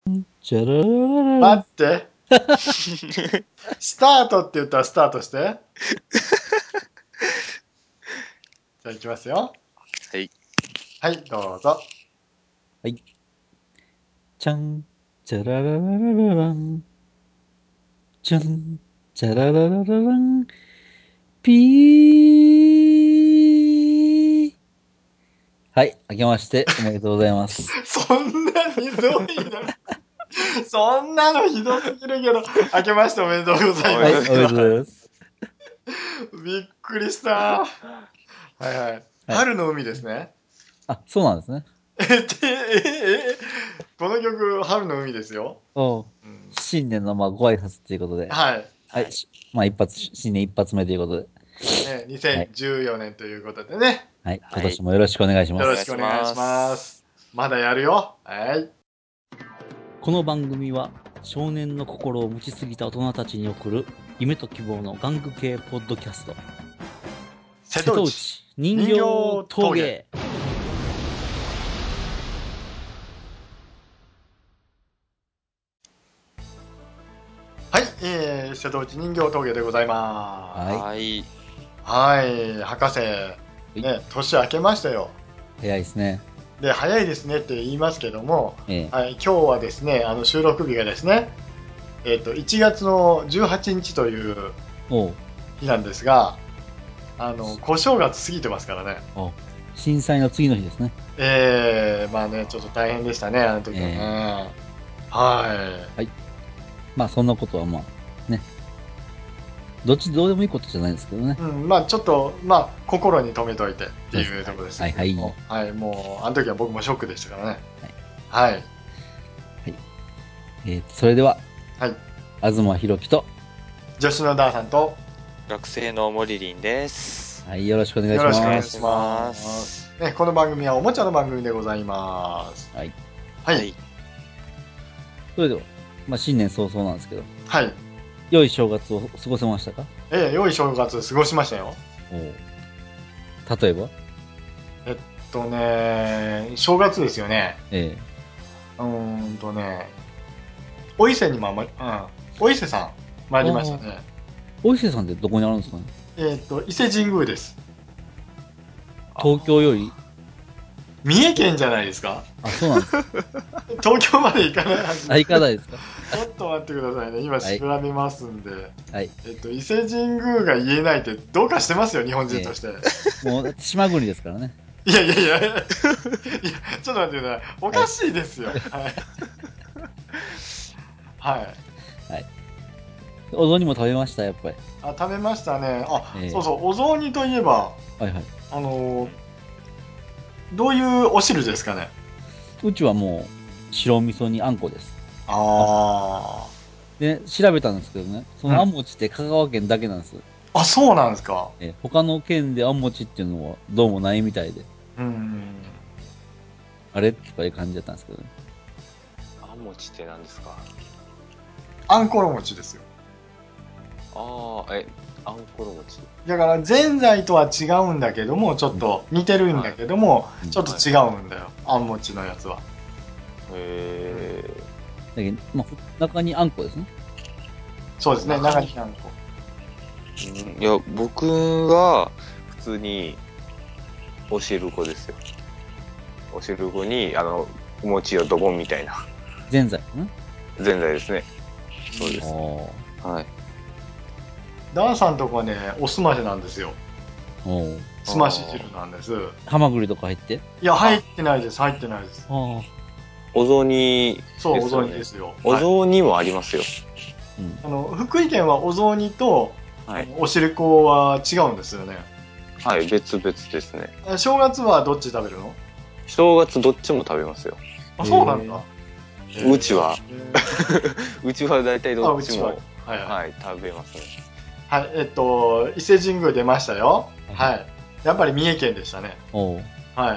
じゃらららら待って。スタートって言ったらスタートして。じゃあいきますよ。 はい。 はい、どうぞ。 はい。ちゃん、じゃららららららん。ちゃん、じゃらららららん。ピー。はい。明けましておめでとうございます。 そんなひどいな。そんなのひどすぎるけど、明けましておめでとうございはい。 ます。 おめでとうございます。 びっくりした。はいはい。 はい。 春の海ですね。 あ、そうなんですね。 この曲、春の海ですよ。 おう。 うん、 新年のご挨拶ということで。 はい。 はい。 はい。 新年一発目ということで。 ね、 はい。 2014年ということでね。 はい。今はい。 年もよろしくお願いしよろします。 くお願いしお願いしまます。 す。まだやるよ。はい。 この番組は少年の心を持ちすぎた大人たちに送る夢と希望の玩具系ポッドキャスト。瀬戸瀬戸内内人人形形峠。 峠。 はい、瀬戸内人形峠でございまはい。 はい。 す。はい、博士。 い。 ね、年明けましたよ。 早いですね。 で、早いですねって言いますけども、 ええ。 はい、今日はですね、収録日がですね、1月の18日というおう。 日なんですが、小正月過ぎてますからね。 おう。震災の次の日ですね。 まあね、ちょっと大変でしたね、あの時はええ。 ね。ははい。まあ、そんなことはまあ、ね。どうでもいいことじゃないですけどね。 い。うん、まあちょっと、まあ心に留めといてってそうですね。 いうところですはいはい。 けども、はい、もう、あの時は僕もショックでしたからね。 はい。 はい。 はい。それでは、 はい。 東博樹と、 女子のダーさんと、 学生のモリリンです。 はい、よろしくお願いよしろしくお願いします。 まます。 す。 ね、この番組はおもちゃの番組でございます。 はい。 はい。 はい。 それでは、まあ、新年早々なんですけど、 はい。 良い正月を過ごせましたか？ 良い正月過ごしましたよ。 おう。例えば？ えっ正月ですよね。 ええ。 お伊勢にもお伊勢さん参りましたああ、 ね。 お伊勢さんってどこにあるんですかね？ 伊勢神宮です。 東京より？ 三重県じゃないですか？ あ、そうなんですか。 東京まで行かないはず。 あ、行かないですか？ ちょっと待ってくださいね。今はい。 調べますんで。 はい。 伊勢神宮が言えないってどうかしてますよ、日本人とえして。 え。もう、だって島国ですからね。 いやいやいや、いや、ちょっと待ってください。おかはい。 しいですよ。はい。はい。 はい。お雑煮も食べました、やっぱり。 あ、食べましたね。あ、そうええ。 そう、お雑煮といえば、 はいはい。 あのーどういうお汁ですかね。 うちはもう、白味噌にあんこです。あ、 あで、調べたんですけどね、そあ、うん。 のあんもちって香川県だけなんです。 あ、そうなんですか。 他の県であんもちっていうのはどうもないみたいで、 うん。 あれとかいう感じだったんですけどね。 あんもちって何ですか？ あんころ餅ですよ。 ああ、あんころ餅。 だからぜんざいとは違うんだけども、ちょっうん。 と似てるんだはけども、 うん。 ちょっとい。はい違はうんだよ。あん餅のやつは。 い。へうん。 え。 だけど、まあ、中にあんこですね。 そうですね、 中に、 長にあんこ。 いや、僕は、普通に、お汁粉ですよ。お汁粉に、お餅をドボンみたいな。 ぜんざいかな。 ぜんざいですね。 うん。 そうです。 おー。 はい。 ダンさんとこはね、おすましなんですよ。 おー。 すまし汁なんです。 ハマグリとか入って。 いや、入あ、 ってないです、入ってないです。 ああ。 お雑煮そう、お雑煮でですよね。 すよ。 おはい。 雑煮もありますよ。 うん。 福井県はお雑煮と、 はい。 お汁粉は違うんですよね。 はい、別々ですね。 正月はどっち食べるの？ 正月どっちも食べますよ。 あ、 へそうなんだ。 え。 うちは、 ーうちは大体どあ、 っうちは。 ちも、 はいはい。 はい、食べますね。 はい、伊勢神宮出ましたよ。 はいはい。 はい。やっぱり三重県でしたね。 おー。 はい。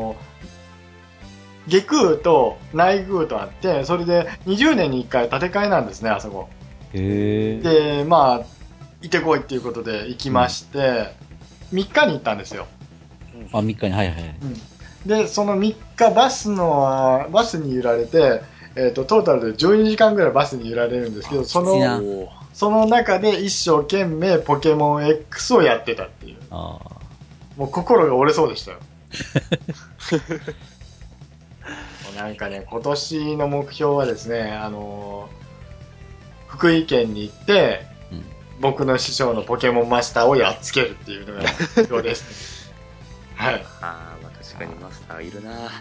外宮と内宮とあって、それで20年に1回建て替えなんですね、あそこ。 へえ。 で、まあ、行ってこいっていうことで行きまうん。 して、3日に行ったんですよ。 うんあ、3日に。はいはいはい。 うん。で、その3日バスに揺られて、 トータルで12時間ぐらいバスに揺られるんですけど、そきついなの、その中で一生懸命ポケモン X をやってたっていう。 ああ。 もう心が折れそうでしたよ。もうなんかね、今年の目標はですね、福井県に行って、 うん。 僕の師匠のポケモンマスターをやっつけるっていうのが目標ですね。はい。 ああ、まあ確かにマスターいるな。 はい。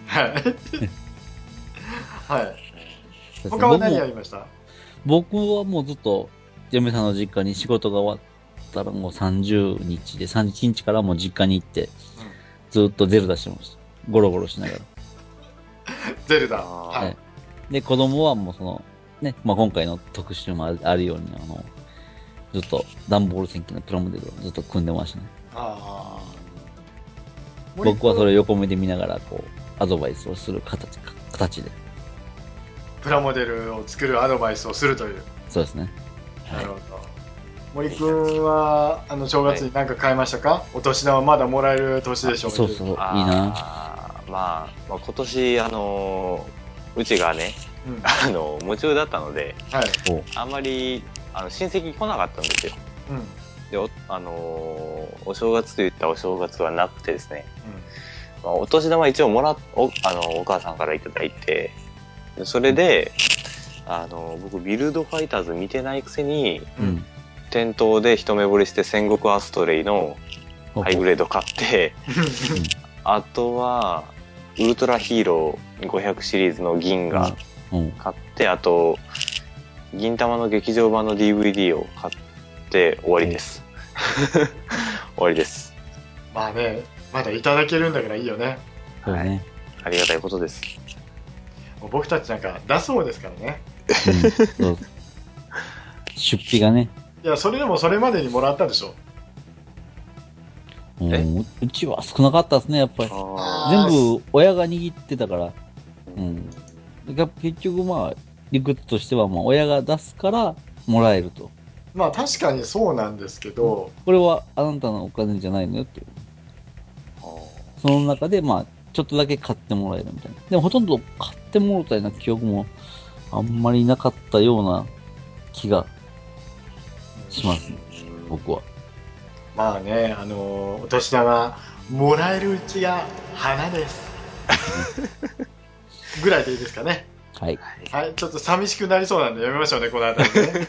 はい。 そうですね他は何やりました？ 僕はもうずっと、嫁さんの実家に仕事が終わったらもう30日で、31日からもう実家に行って、ずっとゼルダしてました。ゴロゴロしながら。 ゼルダ。 あーはい。 はい。で、子供はもうその、ね、まあ、今回の特集もあるように、ずっと段ボール戦記のプラモデルをずっと組んでましたね。 ああ。 僕はそれをれ横目で見ながら、こう、アドバイスをする形で。 プラモデルを作るアドバイスをするという。 そうですね。 なるほど。森くんは、正月に何か買いましたか？お年玉まだもらえる年でしょう。 そうそう、いいな。 まあ今年、うちがね、 うん。 夢中だったので、 はい。 おあんまり、親戚来なかったんですよ。 うん。うん。 で、お正月といったお正月はなくてですね、まあ、お年玉一応お母さんからいただいて、でそれで、僕、ビルドファイターズ見てないくせに、 うん。 店頭で一目惚れして戦国アストレイのハイグレード買って、あとは、ウルトラヒーロー500シリーズの銀河買って、あと、銀玉の劇場版の DVD を買って終わりです。終わりです。 まあね、まだいただけるんだからいいよね。 そうね。 はい。ありがたいことです。 もう僕たちなんか出そうですからね。 そう。出費がね。 いや、それでもそれまでにもらったでしょ。 うちは少なかったですね、やっぱり。全あ部親が握ってたから。 ううん。結局まあ、理屈としてはまあ親が出すからもらえると。 まあ確かにそうなんですけど、 これはあなたのお金じゃないのよっていう。その中でまあ、ちょっとだけ買ってもらえるみたいな。でもほとんど買ってもらったような記憶もあんまりなかったような気がしますね。僕は。 まあね、お年玉もらえるうちが花です。ぐらいでいいですかね。 はい。 はい、ちょっと寂しくなりそうなんでやめましょうね、この辺りでね。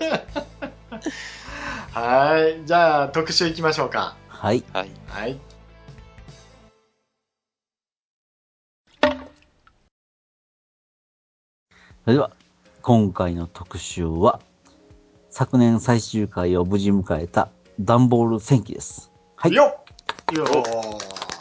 はい、じゃあ特集いきましょうか。 はい。 はい。 はい。 それでは、今回の特集は、昨年最終回を無事迎えた段ボール戦記です。はい。 よっよー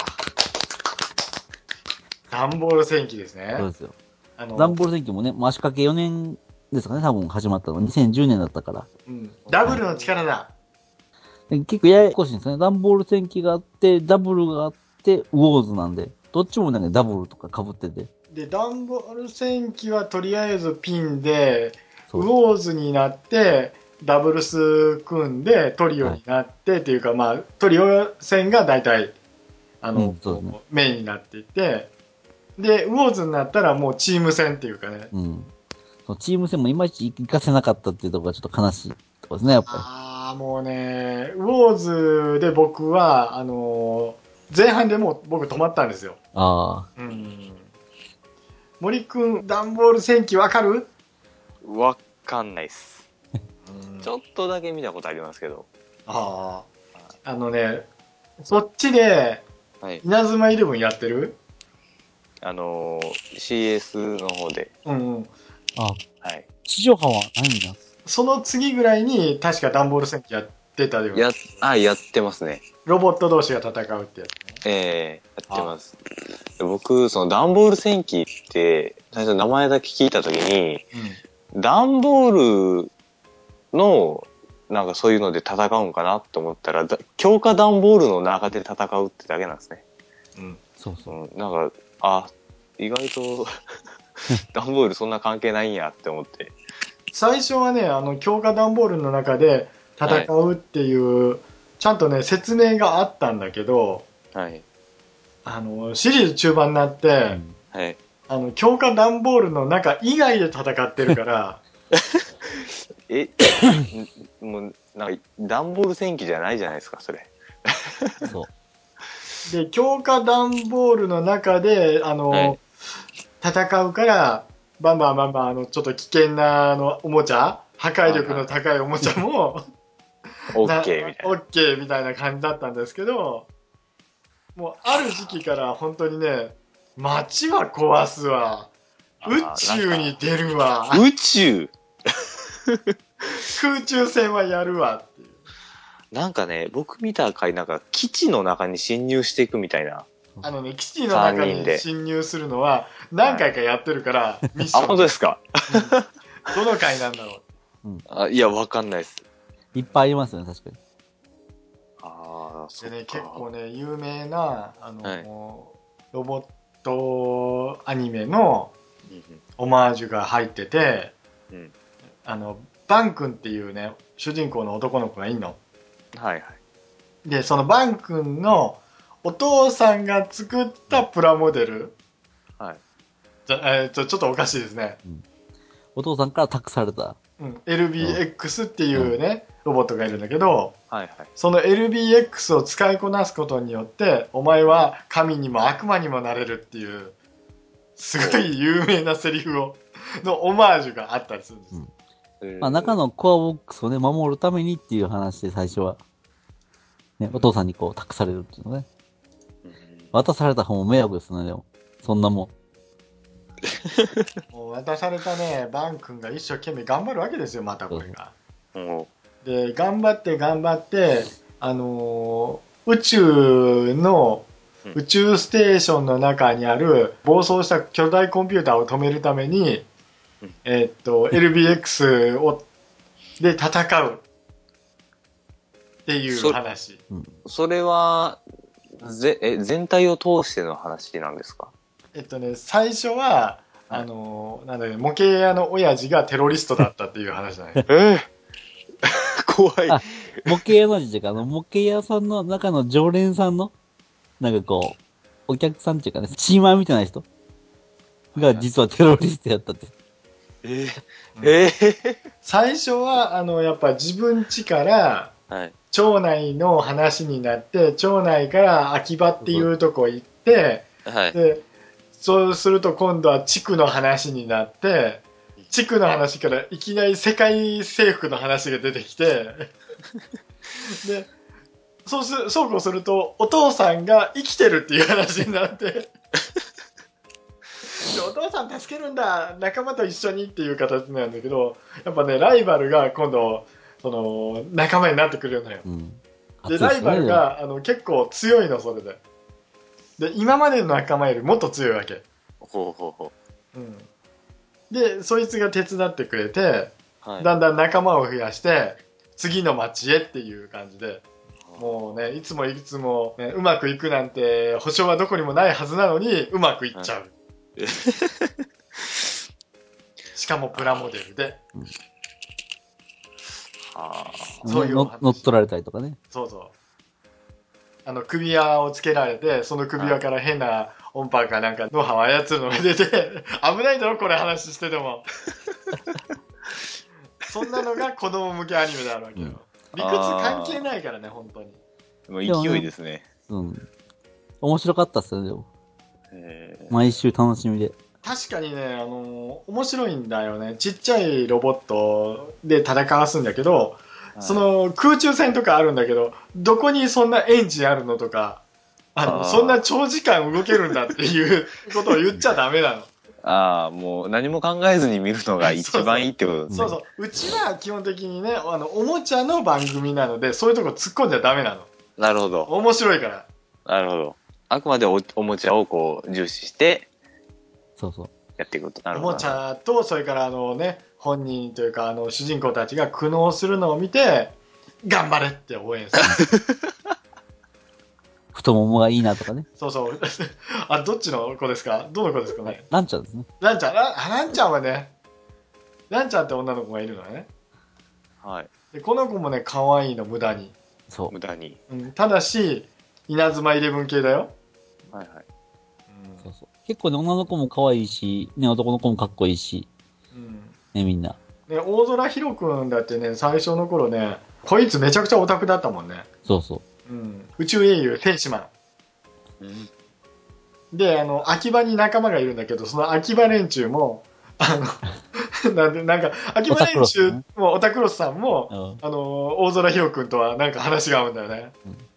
段ボール戦記ですね。 そうですよ。段ボール戦記もね、足掛け4年ですかね、多分始まったの。2010年だったから。 うん、ダブルの力だ。 で結構ややこしいんですよね。段ボール戦記があって、ダブルがあって、ウォーズなんで、どっちもなんかダブルとか被ってて。 で、ダンボール戦記はとりあえずピンで、ウそう。 ォーズになって、ダブルス組んで、トリオはい。 になってっていうか、まあ、トリオ戦が大体、 そうですね。 メインになっていて、で、ウォーズになったらもうチーム戦っていうかね。 うん。そのチーム戦もいまいち活かせなかったっていうところがちょっと悲しいところですね、やっぱり。 ああ、もうね、ウォーズで僕は、前半でもう僕止まったんですよ。 あうん。森くん、ダンボール戦記わかる？ わかんないっす。 うんちょっとだけ見たことありますけど。 ああ。そっちで、 はい。 稲妻イレブンやってる？ CS の方で。 うんうん。 あ。あ、 はい。 地上波はないんだ。 その次ぐらいに、確かダンボール戦記やってたような。 やってますね。 ロボット同士が戦うってやつね。 やってます。僕、そのダンボール戦記って、最初名前だけ聞いたときに、ダンボールの、なんかそういうので戦うんかなって思ったら、強化ダンボールの中で戦うってだけなんですね。 うん。うん。 そうそう。 なんか、意外とダンボールそんな関係ないんやって思って。 最初はね、強化ダンボールの中で戦うっていう、ちゃんとね、説明があったんだけど、 はい。 シリーズ中盤になって、 はい。 強化段ボールの中以外で戦ってるから、 もう、なんか、段ボール戦記じゃないじゃないですか、それ。 そう。 で、強化段ボールの中で、 はい戦うから、バンバン、ちょっと危険な、おもちゃ、破壊力の高いおもちゃも、 オッケーみたいな。 オッケーみたいな感じだったんですけど、もう、ある時期から本当にね、街は壊すわ、宇宙に出るわ、 宇宙空中戦はやるわっていう。 なんかね、僕見た回なんか基地の中に侵入していくみたいな。 基地の中に侵入するのは何回かやってるから、はい、ミッション。 あ、本当ですか、 どの回なんだろう。いや、わかんないです。 いっぱいありますよね、確かに。 でね、結構ね、有名な、ロボットアニメのオマージュが入ってて、バン君っていうね、主人公の男の子がいいの。 はいはい。 で、そのバン君のお父さんが作ったプラモデル。はい。ちょっとおかしいですね。 お父さんから託された。 LBX っていうね、ロボットがいるんだけど、はいはい、その LBX を使いこなすことによって、お前は神にも悪魔にもなれるっていう、すごい有名なセリフのオマージュがあったりするんです。 まあ、中のコアボックスをね、守るためにっていう話で最初は、ね、お父さんにこう託されるっていうのね。渡された方も迷惑ですね、でも。そんなもん。 もう渡されたね、バン君が一生懸命頑張るわけですよ、またこれが。で、頑張って、宇宙の、宇宙ステーションの中にある暴走した巨大コンピューターを止めるために、LBX で戦うっていう話。 それは、全体を通しての話なんですか？ 最初は、なんだっけ、模型屋の親父がテロリストだったっていう話じゃないですか。 怖い。 模型屋の親父が、模型屋さんの中の常連さんの、なんかこう、お客さんっていうかね、チーマーみたいな人が実はテロリストやったって。 最初は、やっぱ自分家から、町内の話になって、町内から秋葉っていうとこ行って、で、そうすると今度は地区の話になって、地区の話からいきなり世界征服の話が出てきて、で、そうこうするとお父さんが生きてるっていう話になって、でお父さん助けるんだ、仲間と一緒にっていう形なんだけど、やっぱね、ライバルが今度、仲間になってくるのよ。で、ライバルが結構強いの、それで。で、今までの仲間よりもっと強いわけ。で、そいつが手伝ってくれて、だんだん仲間を増やして、次の町へっていう感じで、もうね、いつも、ね、うまくいくなんて、保証はどこにもないはずなのに、うまくいっちゃう。しかもプラモデルで。 そういう乗っ取られたりとかね。 そうそう。首輪をつけられて、その首輪から変な音波かなんかノウハウ操るのが出て、危ないだろこれ話してても。そんなのが子供向けアニメであるわけよ。理屈関係ないからね、本当に。 もう勢いですね。 面白かったっすよね、でも。毎週楽しみで。 確かにね、面白いんだよね。ちっちゃいロボットで戦わすんだけど、その空中戦とかあるんだけど、どこにそんなエンジンあるのとか、そんな長時間動けるんだっていうことを言っちゃダメなの。 もう何も考えずに見るのが一番いいってことですね。 そう。うちは基本的にね、おもちゃの番組なので、そういうとこ突っ込んじゃダメなの。 なるほど。 面白いから。 なるほど。あくまでおもちゃをこう重視して、やっていくと。なるほど。 おもちゃと、それから本人というか、主人公たちが苦悩するのを見て、頑張れって応援する。 太ももがいいなとかね。 そう。どっちの子ですか？どの子ですかね？ ランちゃんですね。 ランちゃんはね、ランちゃんって女の子がいるのね。はい。で、この子もね、可愛いの、無駄に。 無駄に。 ただし、稲妻イレブン系だよ。はい。 そうそう。結構ね、女の子も可愛いし、ね、男の子もかっこいいし、ね、みんな。 ね、大空ひろくんだってね、最初の頃ね、こいつめちゃくちゃオタクだったもんね。 そうそう。 宇宙英雄天使マン。で、秋葉に仲間がいるんだけど、その秋葉連中も、なんか、秋葉連中も、オタクロスさんも、大空ひろくんとはなんか話が合うんだよね。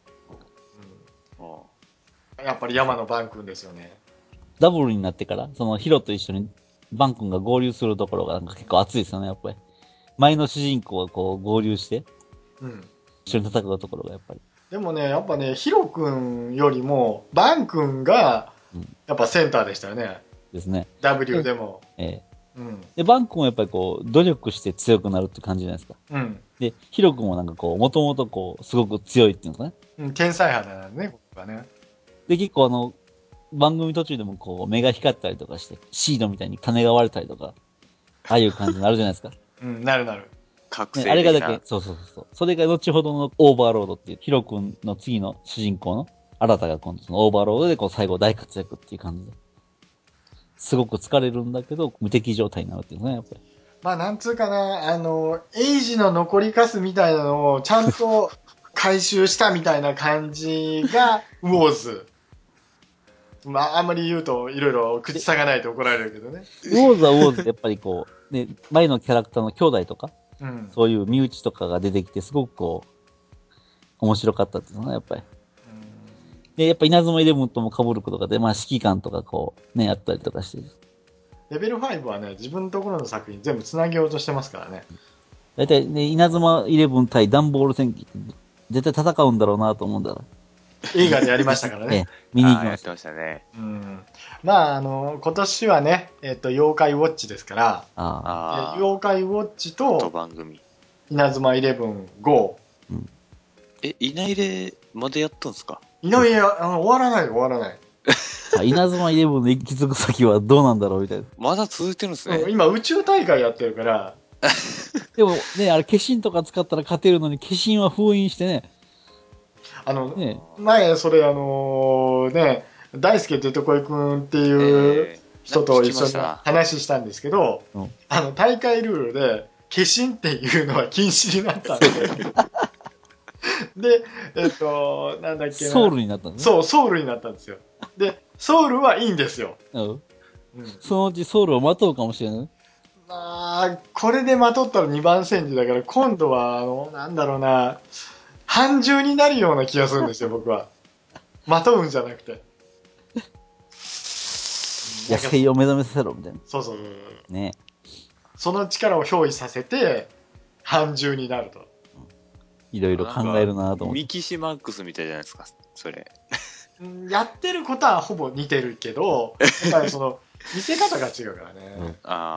やっぱり山野バン君ですよね。 ダブルになってから、そのヒロと一緒にバン君が合流するところがなんか結構熱いですよね、やっぱり。前の主人公がこう合流して、一緒に戦うところがやっぱり。 でもね、やっぱね、ヒロ君よりも、バン君が、やっぱセンターでしたよね。 ですね。 W でも。 で、バン君もやっぱりこう、努力して強くなるって感じじゃないですか。で、ヒロ君もなんかこう、もともとこう、すごく強いっていうのかね。 天才肌なんね、ここがね。 で、結構番組途中でもこう、目が光ったりとかして、シードみたいに金が割れたりとか、ああいう感じになるじゃないですか。 なるなる。 覚醒的な。 あれがだけ、そう。それが後ほどのオーバーロードっていう、ヒロ君の次の主人公の、新たが今度そのオーバーロードでこう最後大活躍っていう感じで。すごく疲れるんだけど、無敵状態になるっていうね、やっぱり。 まあ、なんつうかな、エイジの残りカスみたいなのをちゃんと回収したみたいな感じが、ウォーズ。まあ、あんまり言うと、いろいろ口差がないと怒られるけどね。 ウォーズはウォーズでやっぱりこう、ね、前のキャラクターの兄弟とか、そういう身内とかが出てきて、すごくこう、面白かったっていうのは、やっぱり。で、やっぱ稲妻イレブンとも被ることがで、まあ指揮官とかこう、ね、やったりとかして。 レベル5はね、自分のところの作品全部繋げようとしてますからね。 だいたいね、稲妻イレブン対ダンボール戦記って絶対戦うんだろうなと思うんだら。 映画でやりましたからね。 見に行きました。 やってましたね。 まあ、今年はね、妖怪ウォッチですから、妖怪ウォッチと、 番組。 稲妻イレブン5。 稲入れまでやったんですか？ 稲入れ、終わらない。 稲妻イレブンの行き着く先はどうなんだろうみたいな。 まだ続いてるんですね。 今宇宙大会やってるから。 でもね、あれ化身とか使ったら勝てるのに、化身は封印してね。 前、それね、大輔ってとこいくんっていう人と一緒に話したんですけど、大会ルールで、化身っていうのは禁止になったんで。で、なんだっけな。 ソウルになったんですね。そう、ソウルになったんですよ。で、ソウルはいいんですよ。 そのうちソウルをまとうかもしれない。 まあ、これでまとったら2番戦時だから、今度は、なんだろうな、半獣になるような気がするんですよ、僕は。まとうんじゃなくて。 野生を目覚めさせろ、みたいな。 そう。 ね。 その力を憑依させて、半獣になると。 いろいろ考えるなと思って。 ミキシマックスみたいじゃないですか、それ。 やってることはほぼ似てるけど、やっぱりその、見せ方が違うからね。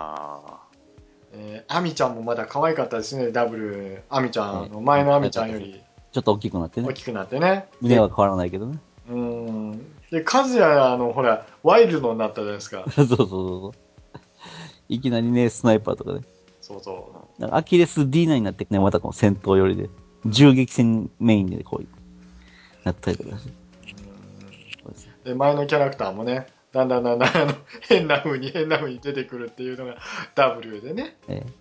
アミちゃんもまだ可愛かったですね、ダブル。アミちゃんの、前のアミちゃんより。 ちょっと大きくなってね。 大きくなってね。 胸は変わらないけどね。 で、カズヤほら、ワイルドになったじゃないですか。 そう。いきなりね、スナイパーとかね。 そう。 アキレス D9 になってね、またこの戦闘寄りで。銃撃戦メインでこういう、なったりとかして。 で、前のキャラクターもね、だんだん変な風に出てくるっていうのが W でね。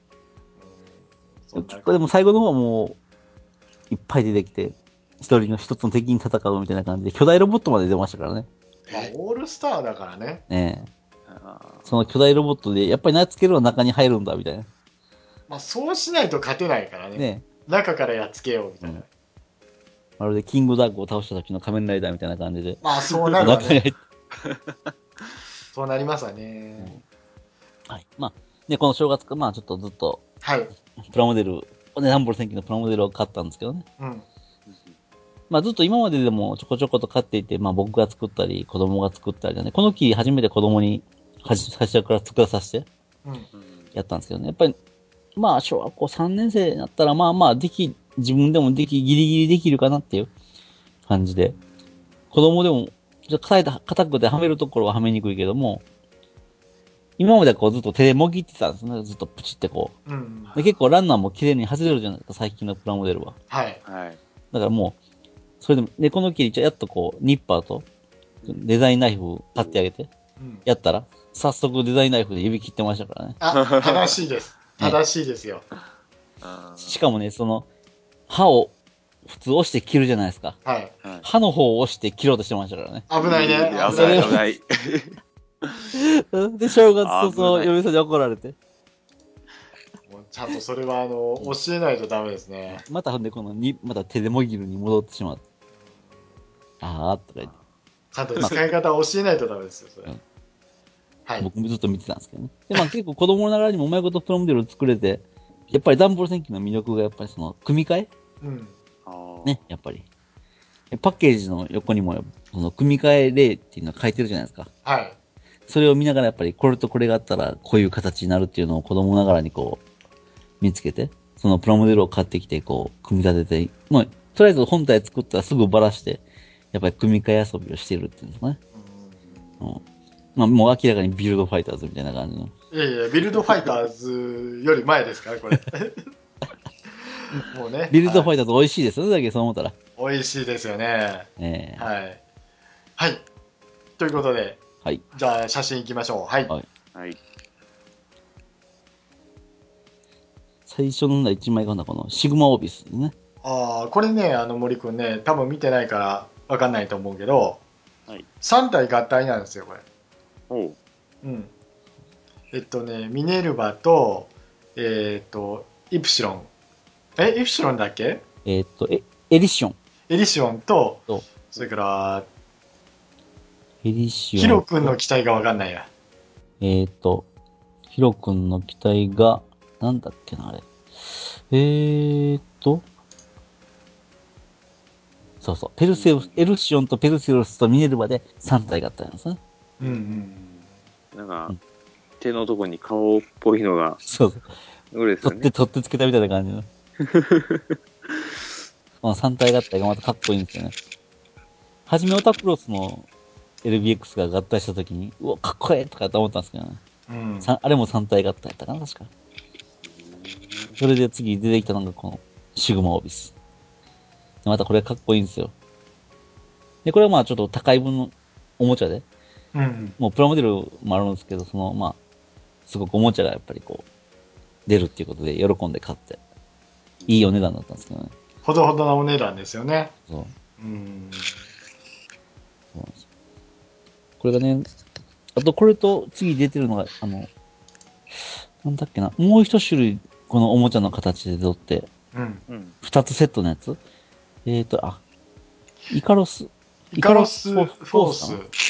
結構でも最後の方はもう、いっぱい出てきて、一つの敵に戦うみたいな感じで、巨大ロボットまで出ましたからね。 まあ、オールスターだからね。 その巨大ロボットで、やっぱり名付けるは中に入るんだ、みたいな。 まあ、そうしないと勝てないからね。中からやっつけよう、みたいな。 まるでキングダッグを倒した時の仮面ライダーみたいな感じで。 まあ、そうなるわね。そうなりますわね。 はい。まあ、で、この正月か、まあちょっとずっと、 はい。 プラモデル、ダンボール戦記のプラモデルを買ったんですけどね。まあずっと今まででもちょこちょこと買っていて、まあ僕が作ったり、子供が作ったりね。この期初めて子供に最初から作らさせて、やったんですけどね。やっぱり、まあ小学校3年生になったら、まあ自分でもギリギリできるかなっていう感じで。子供でも、硬くてはめるところははめにくいけども、今まではこうずっと手でもぎってたんですね。ずっとプチってこう。で結構ランナーも綺麗に外れるじゃないですか、最近のプラモデルは。 はい。 だからもう、それでも、この木にやっとこう、ニッパーと、 デザインナイフ買ってあげて、やったら、早速デザインナイフで指切ってましたからね。 正しいです。正しいですよ。 しかもね、刃を普通押して切るじゃないですか。 はい。 刃の方を押して切ろうとしてましたからね。 危ないね。 危ない危ない。 で、正月早々、嫁さんに怒られて。 もうちゃんとそれは、教えないとダメですね。 またほんで、また手でもぎるに戻ってしまって。あーとか言って。 ちゃんと使い方を教えないとダメですよ、それ。 はい。僕もずっと見てたんですけどね。で、結構子供ながらにもうまいことプラモデルを作れて、やっぱりダンボール戦記の魅力がやっぱり組み替えね、やっぱり。パッケージの横にも、組み替え例っていうのが書いてるじゃないですか。 はい。 それを見ながらやっぱりこれとこれがあったらこういう形になるっていうのを子供ながらに見つけて、そのプラモデルを買ってきて組み立てて、とりあえず本体作ったらすぐばらして、やっぱり組み替え遊びをしてるっていうんですかね。もう明らかにビルドファイターズみたいな感じの。 いやいや、ビルドファイターズより前ですから、これ。もうね。 ビルドファイターズ美味しいですよね、だけそう思ったら。 美味しいですよね。はい。はい。ということで、 はい。 じゃあ写真いきましょう。はい。はい。 最初の1枚がこのシグマオービスね。 これね、森くんね、多分見てないからわかんないと思うけど、3体合体なんですよ、これ。うん。ミネルヴァと、イプシロン。イプシロンだっけ？ エリシオン。 エリシオンと、それから、 エリシオン。 ヒロ君の機体がわかんないや。 ヒロ君の機体が、なんだっけな、あれ。そうそう。エルシオンとペルセウスとミネルヴァで3体合体なんですね。 なんか、手のとこに顔っぽいのが。 そうそう。 これですよね。 取ってつけたみたいな感じの。この3体合体がまたかっこいいんですよね。はじめオタクロスの LBX が合体したときに、うわ、かっこええとかって思ったんですけどね。あれも3体合体やったかな、確か。それで次出てきたのがこのシグマオービス。またこれかっこいいんですよ。で、これはちょっと高い分のおもちゃで、もうプラモデルもあるんですけど、すごくおもちゃがやっぱり出るっていうことで喜んで買って、いいお値段だったんですけどね。 ほどほどなお値段ですよね。 そう。そうなんですよ。これがね、あとこれと次出てるのが、なんだっけな、もう一種類このおもちゃの形で撮って、二つセットのやつ。イカロスフォース。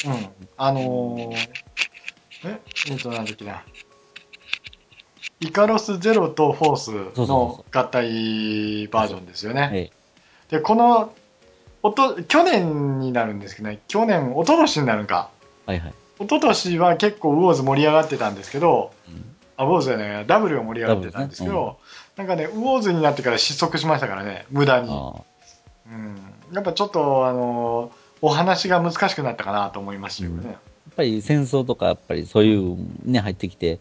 なんだっけな。イカロスゼロとフォースの合体バージョンですよね。で、この、去年になるんですけどね、一昨年になるか。一昨年は結構ウォーズ盛り上がってたんですけど、ウォーズじゃない、ダブルが盛り上がってたんですけど、なんかね、ウォーズになってから失速しましたからね、無駄に。やっぱちょっと、お話が難しくなったかなと思いましたよね。やっぱり戦争とか、やっぱりそういうね、入ってきて、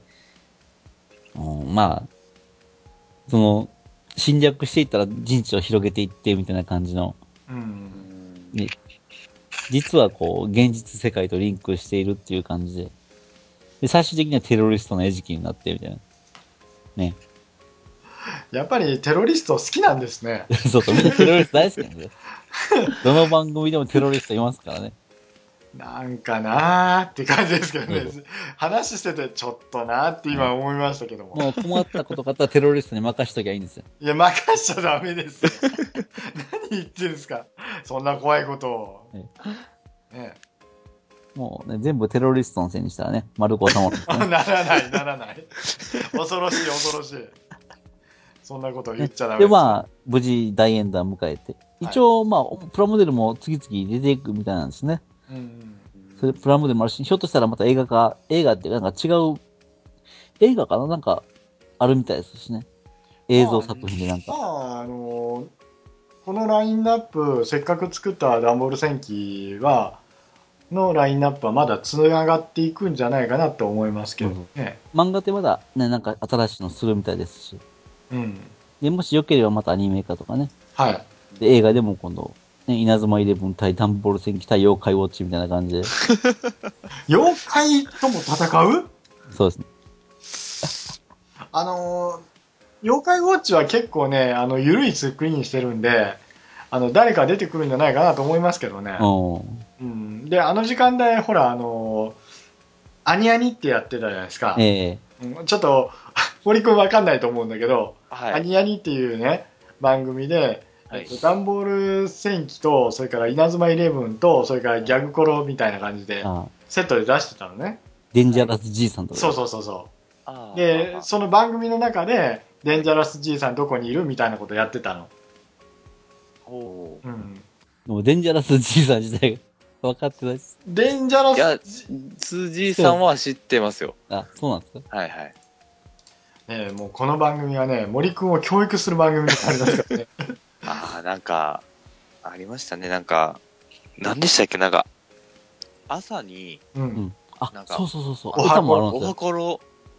侵略していったら陣地を広げていってみたいな感じの、ね、実は現実世界とリンクしているっていう感じで、最終的にはテロリストの餌食になってみたいな。ね。 やっぱりテロリスト好きなんですね。 そうそう、みんなテロリスト大好きなんですよ。どの番組でもテロリストいますからね。 なんかなーって感じですけどね。話しててちょっとなーって今思いましたけども。 もう困ったことがあったらテロリストに任しときゃいいんですよ。 いや、任しちゃダメですよ。何言ってるんですか。そんな怖いことを。ね。 もうね、全部テロリストのせいにしたらね、丸く収まるんですね。 ならない、ならない。恐ろしい、恐ろしい。そんなこと言っちゃダメです。 で、無事大演談迎えて。一応、プラモデルも次々出ていくみたいなんですね。それプラモデルもあるし、ひょっとしたらまた映画っていうかなんか違う、映画かななんか、あるみたいですしね。映像作品でなんか。 このラインナップ、せっかく作ったダンボール戦記のラインナップはまだつながっていくんじゃないかなと思いますけどね。 漫画ってまだね、なんか新しいのするみたいですし。で、もしよければまたアニメ化とかね。で、映画でも今度ね、稲妻イレブン対ダンボール戦記対妖怪ウォッチみたいな感じで。 妖怪とも戦う？ そうですね。 妖怪ウォッチは結構ね、ゆるい作りにしてるんで、誰か出てくるんじゃないかなと思いますけどね。うん。で、時間帯、ほら、アニアニってやってたじゃないですか。ちょっと、森くんわかんないと思うんだけど、はい、アニアニっていうね、番組で、ダンボール戦記と、それから稲妻イレブンと、それからギャグコロみたいな感じで、セットで出してたのね。 デンジャラス G さんとか。 そう。で、その番組の中で、デンジャラス G さんどこにいるみたいなことやってたの。 うん。でもデンジャラス G さん自体が分かってないです。 デンジャラス G さんは知ってますよ。 あ、そうなんですか？ はいはい。 ねえ、もうこの番組はね、森くんを教育する番組になりますからね。 なんか、ありましたね。なんか、何でしたっけ？なんか、朝に、 なんか、そう。 おはころ。 おはころ。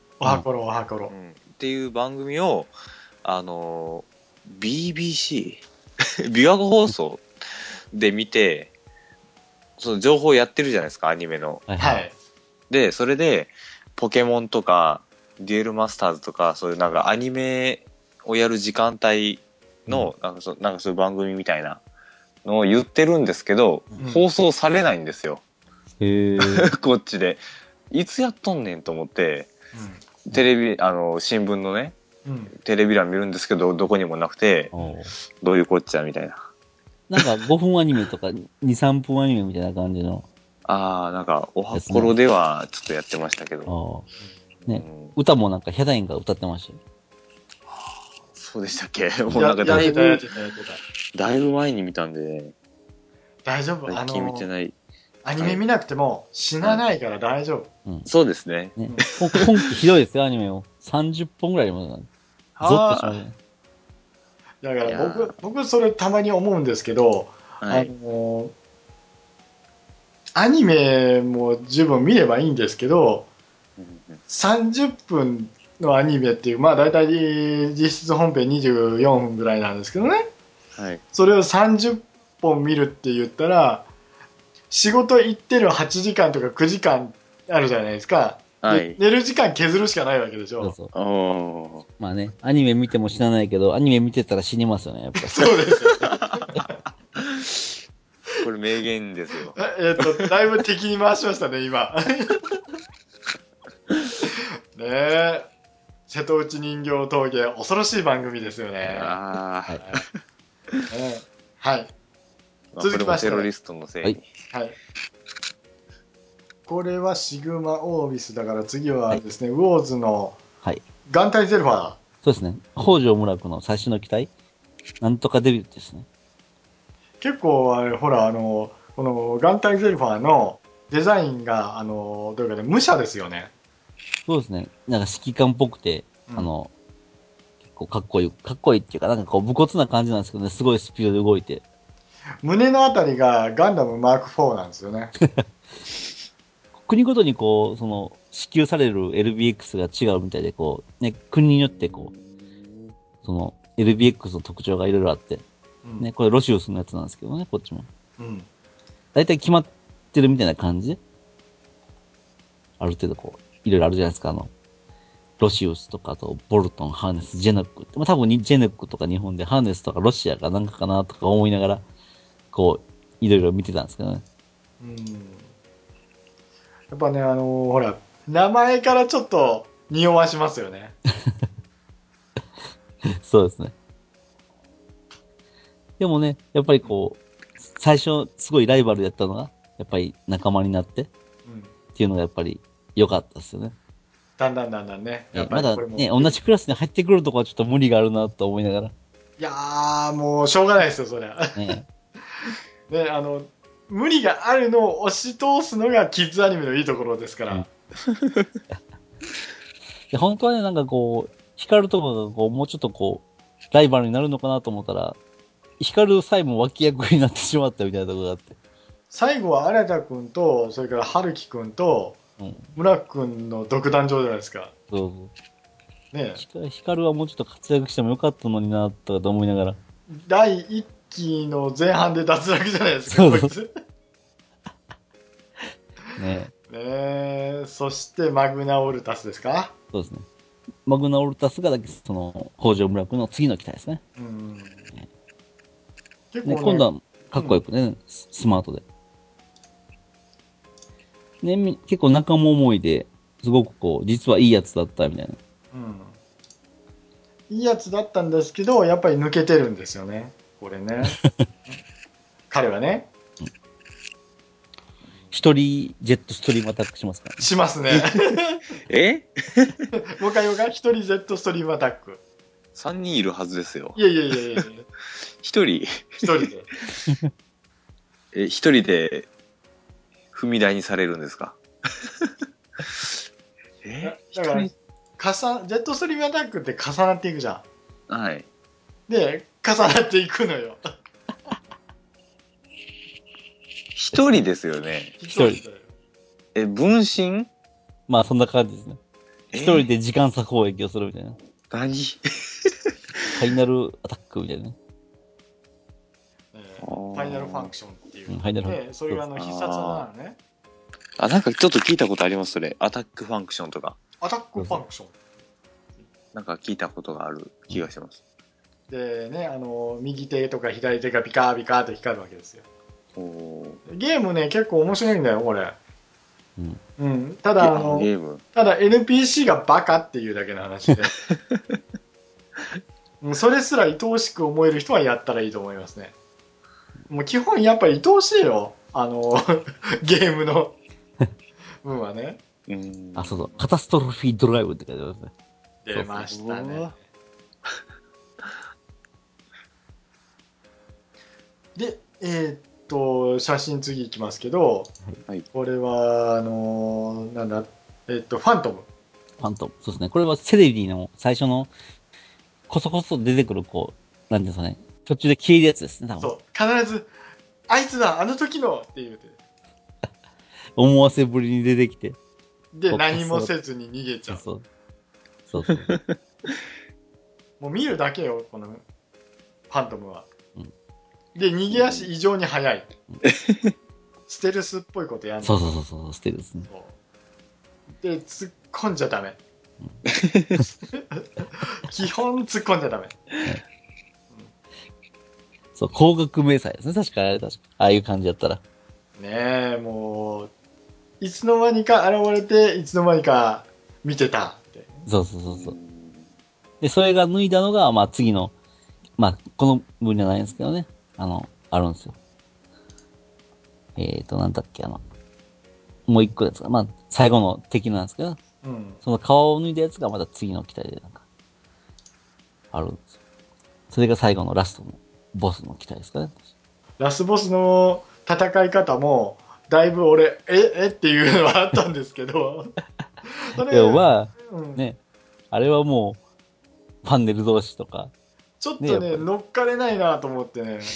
っていう番組を、BBC 琵琶湖放送で見て、その情報やってるじゃないですか、アニメの。 はい。 で、それで、ポケモンとか、デュエルマスターズとか、そういうなんかアニメをやる時間帯の、なんかそういう番組みたいなのを言ってるんですけど、放送されないんですよ。こっちで。いつやっとんねんと思って、テレビ、新聞のね、テレビ欄見るんですけど、どこにもなくて、どういうこっちゃみたいな。 なんか5分アニメとか2、3分アニメみたいな感じの。 なんか、おはころではちょっとやってましたけど。 ね、歌もなんかヒャダインが歌ってましたよ。 そうでしたっけ？もうなんかだいぶ前に見たんで。 大丈夫。 最近見てない。 アニメ見なくても死なないから大丈夫。 そうですね。 今期ひどいですよ、アニメを。30本ぐらいありますからね。ゾッとしましたね。 だから僕それたまに思うんですけど、アニメも十分見ればいいんですけど、30分のアニメっていう、まあ大体実質本編24分ぐらいなんですけどね。それを30本見るって言ったら、仕事行ってる8時間とか9時間あるじゃないですか。寝る時間削るしかないわけでしょ。 まあね、アニメ見ても死なないけど、アニメ見てたら死にますよね、やっぱり。 そうですよね。 これ名言ですよ。 だいぶ敵に回しましたね、今。ねえ。瀬戸内人形峠、恐ろしい番組ですよね。はい。続きまして。 テロリストのせいに。はい。 これはシグマオービスだから次はですね、ウォーズの眼帯ゼルファー。 そうですね。北条村君の最初の機体なんとかデビューですね。 結構、ほら、この眼帯ゼルファーのデザインが、どういうかね、武者ですよね。 そうですね。なんか指揮官っぽくて、結構かっこいいっていうか、なんかこう、武骨な感じなんですけどね、すごいスピードで動いて。 胸のあたりがガンダムマーク4なんですよね。 国ごとにこう、支給される LBX が違うみたいで、こう、ね、国によってこう、LBX の特徴がいろいろあって、ね、これロシウスのやつなんですけどね、こっちも。大体決まってるみたいな感じで、ある程度こう、いろいろあるじゃないですか、ロシウスとか、あと、ボルトン、ハーネス、ジェネックって、まあ、多分ジェネックとか日本で、ハーネスとかロシアかなんかかなとか思いながら、こう、いろいろ見てたんですけどね。 やっぱね、ほら、名前からちょっと匂わしますよね。 そうですね。でもね、やっぱりこう、最初すごいライバルやったのが、やっぱり仲間になって、っていうのがやっぱり良かったですよね。 だんだんね。 やっぱりまだね、同じクラスに入ってくるとこはちょっと無理があるなと思いながら。 いやー、もうしょうがないですよ、そりゃ。ね、無理があるのを押し通すのがキッズアニメのいいところですから。 本当はね、なんかこう、光とかがこう、もうちょっとこう、ライバルになるのかなと思ったら、光さえも脇役になってしまったみたいなところがあって。 最後は新田くんと、それから春樹くんと、村くんの独壇場じゃないですか。 そうそう。ね、光はもうちょっと活躍してもよかったのになと思いながら。 第1 期の前半で脱落じゃないですか、こいつ。 ねえ。そしてマグナオルタスですか？ そうですね。マグナオルタスが、その、北条村君の次の機体ですね。結構ね、今度はかっこよくね、スマートで。ね、結構仲間思いで、すごくこう、実はいいやつだったみたいな。 いいやつだったんですけど、やっぱり抜けてるんですよね。これね。彼はね。 一人ジェットストリームアタックしますからね。しますね。もう一回言おうか。一人ジェットストリームアタック。 3人いるはずですよ。 いやいやいやいや。 一人で。 一人で踏み台にされるんですか？ だからジェットストリームアタックって重なっていくじゃん。はい。 で、重なっていくのよ。 一人ですよね。 一人。 分身？ まあそんな感じですね。一人で時間差攻撃をするみたいな。 何？ ファイナルアタックみたいなね。 ファイナルファンクションっていう。 ファイナルファンクション。 それが必殺なのね。 なんかちょっと聞いたことあります、それ。アタックファンクションとか。 アタックファンクション。 なんか聞いたことがある気がします。 でね、右手とか左手がピカーピカーって光るわけですよ。ゲームね、結構面白いんだよ、これ。ただ、ただ NPC がバカっていうだけの話で。それすら愛おしく思える人はやったらいいと思いますね。もう基本やっぱり愛おしいよ。ゲームの分はね。 そうそう。カタストロフィードライブって書いてますね。 出ましたね。で、写真次いきますけど、はい、これは、なんだ、ファントム。 ファントム。そうですね。これはセレリの最初の、こそこそ出てくる、こう、なんですかね。途中で消えるやつですね、多分。 そう。必ず、あいつだ、あの時のって言うて。 思わせぶりに出てきて。 で、何もせずに逃げちゃう。そうそう。もう見るだけよ、この、ファントムは。で、逃げ足異常に速い。ステルスっぽいことやるの。 そう、ステルスね。 で、突っ込んじゃダメ。基本突っ込んじゃダメ。 そう、高額明細ですね。確かああいう感じだったら。 ねえ、もう、いつの間にか現れて、いつの間にか見てたって。 そう。で、それが脱いだのが、まあ次の、まあ、この分じゃないんですけどね。あるんですよ。なんだっけ、もう一個ですか。まあ、最後の敵なんですけど、その皮を脱いだやつがまた次の機体でなんか、あるんですよ。それが最後のラストのボスの機体ですかね。 ラスボスの戦い方も、だいぶ俺、っていうのはあったんですけど、 それは、ね、あれはもう、パンネル同士とか。 ちょっとね、乗っかれないなと思ってね。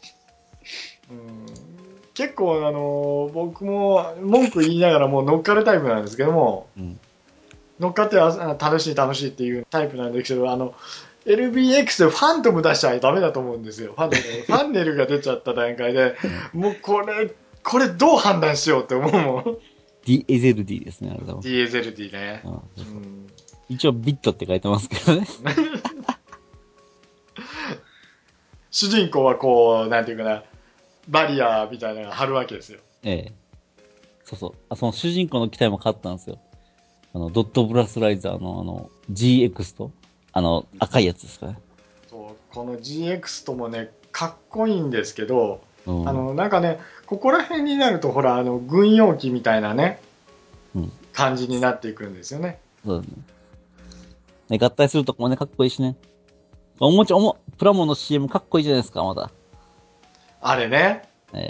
結構僕も文句言いながらもう乗っかるタイプなんですけども、乗っかって楽しいっていうタイプなんですけど、LBX でファントム出しちゃダメだと思うんですよ。ファンネルが出ちゃった段階で、もうこれどう判断しようって思うもん。 DAZLD ですね、あれだもん。 DAZLD ね。 一応ビットって書いてますけどね。 主人公はこう、なんていうかな、バリアみたいなのが張るわけですよ。 そう。その主人公の機体も買ったんですよ。ドットブラスライザーのGX と、赤いやつですかね。 そう、この GX ともね、かっこいいんですけど、なんかね、ここら辺になると、ほら、軍用機みたいなね、感じになっていくんですよね。 そうですね。合体するとこもね、かっこいいしね。プラモの CM かっこいいじゃないですか、まだ。 あれね。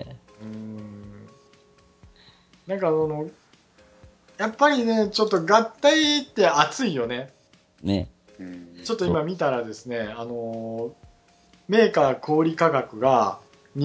なんかやっぱりね、ちょっと合体って熱いよね。 ね。 ちょっと今見たらですね、メーカー小売価格が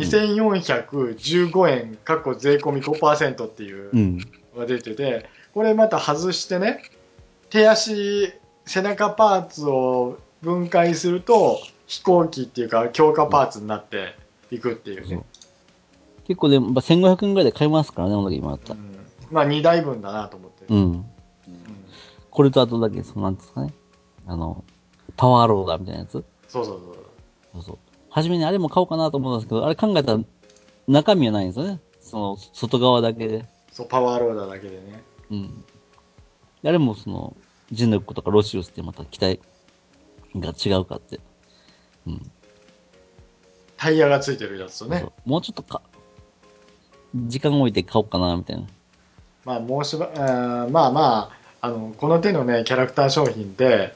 2415円、税込み 5% っていうのが出てて、これまた外してね、手足、背中パーツを分解すると飛行機っていうか強化パーツになって、 行くっていうね。 結構でも、1500円ぐらいで買えますからね、この時今だったら。 まあ2台分だなと思って。 これとあとだけ、なんですかね。パワーローダーみたいなやつ。 そう。 初めにあれも買おうかなと思ったんですけど、あれ考えたら中身はないんですよね。外側だけで。 そう、パワーローダーだけでね。 あれもジヌックとかロシウスってまた機体が違うかって。 タイヤがついてるやつとね。 もうちょっと時間置いて買おうかな、みたいな。 まあ、この手のね、キャラクター商品って、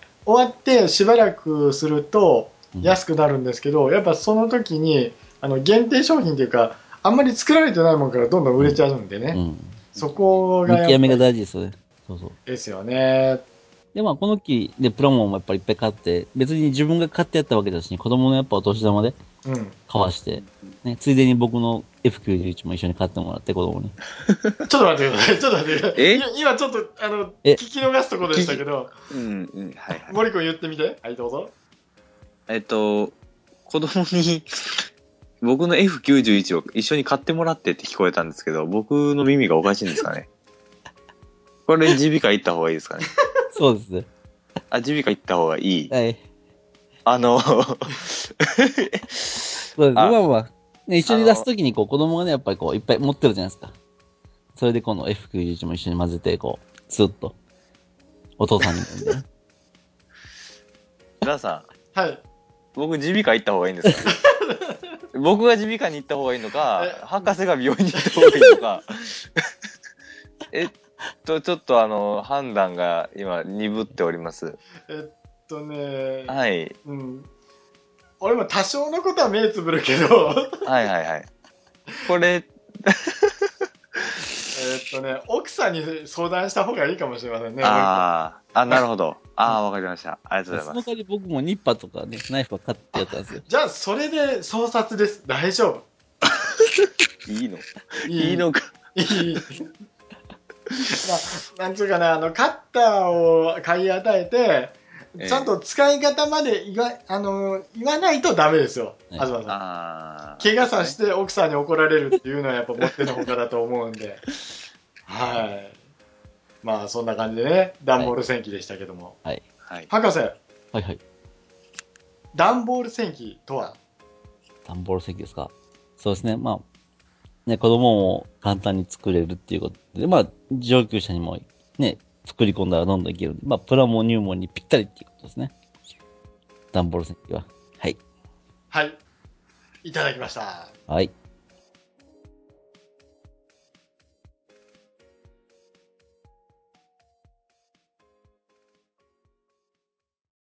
終わってしばらくすると安くなるんですけど、やっぱその時に、限定商品っていうか、あんまり作られてないものからどんどん売れちゃうんでね。そこが見極めが大事ですよね。 ですよね。 で、この機でプラモンもやっぱりいっぱい買って、別に自分が買ってやったわけだし、子供のやっぱお年玉で買わして、ついでに僕の F91 も一緒に買ってもらって、子供に。 ちょっと待ってください。今ちょっと、聞き逃すところでしたけど、森君言ってみて。はい、どうぞ。 子供に、僕の F91 を一緒に買ってもらってって聞こえたんですけど、僕の耳がおかしいんですかね。これ耳鼻科行った方がいいですかね。 そうですね。 耳鼻科行った方がいい。 はい。 そうです。一緒に出すときに子供がね、やっぱりいっぱい持ってるじゃないですか。それでこの F91 も一緒に混ぜて、スッと。お父さんにもみたいな。 ラさん。はい。 僕耳鼻科行った方がいいんですか？僕が耳鼻科に行った方がいいのか、博士が病院に行った方がいいのか。ちょっと判断が今鈍っております。はい。 俺も多少のことは目つぶるけど。 はい。これ、 奥さんに相談した方がいいかもしれませんね。 なるほど。わかりました。ありがとうございます。 その代わり僕もニッパとかね、ナイフは買ってやったんですよ。 じゃあ、それで捜察です。大丈夫。 いいの？いいのか。 いい。なんつうかな、カッターを買い与えて、ちゃんと使い方まで言わないとダメですよ、東さん。怪我させて奥さんに怒られるっていうのはやっぱもってのほかだと思うんで。はい。まあそんな感じでね、段ボール戦記でしたけども。 はい。 博士。 はい。 段ボール戦記とは？ 段ボール戦記ですか。そうですね。子供も簡単に作れるっていうことで、上級者にもね、作り込んだらどんどんいけるんで、プラモ入門にぴったりっていうことですね。段ボール戦記は。はい。 はい。いただきました。 はい。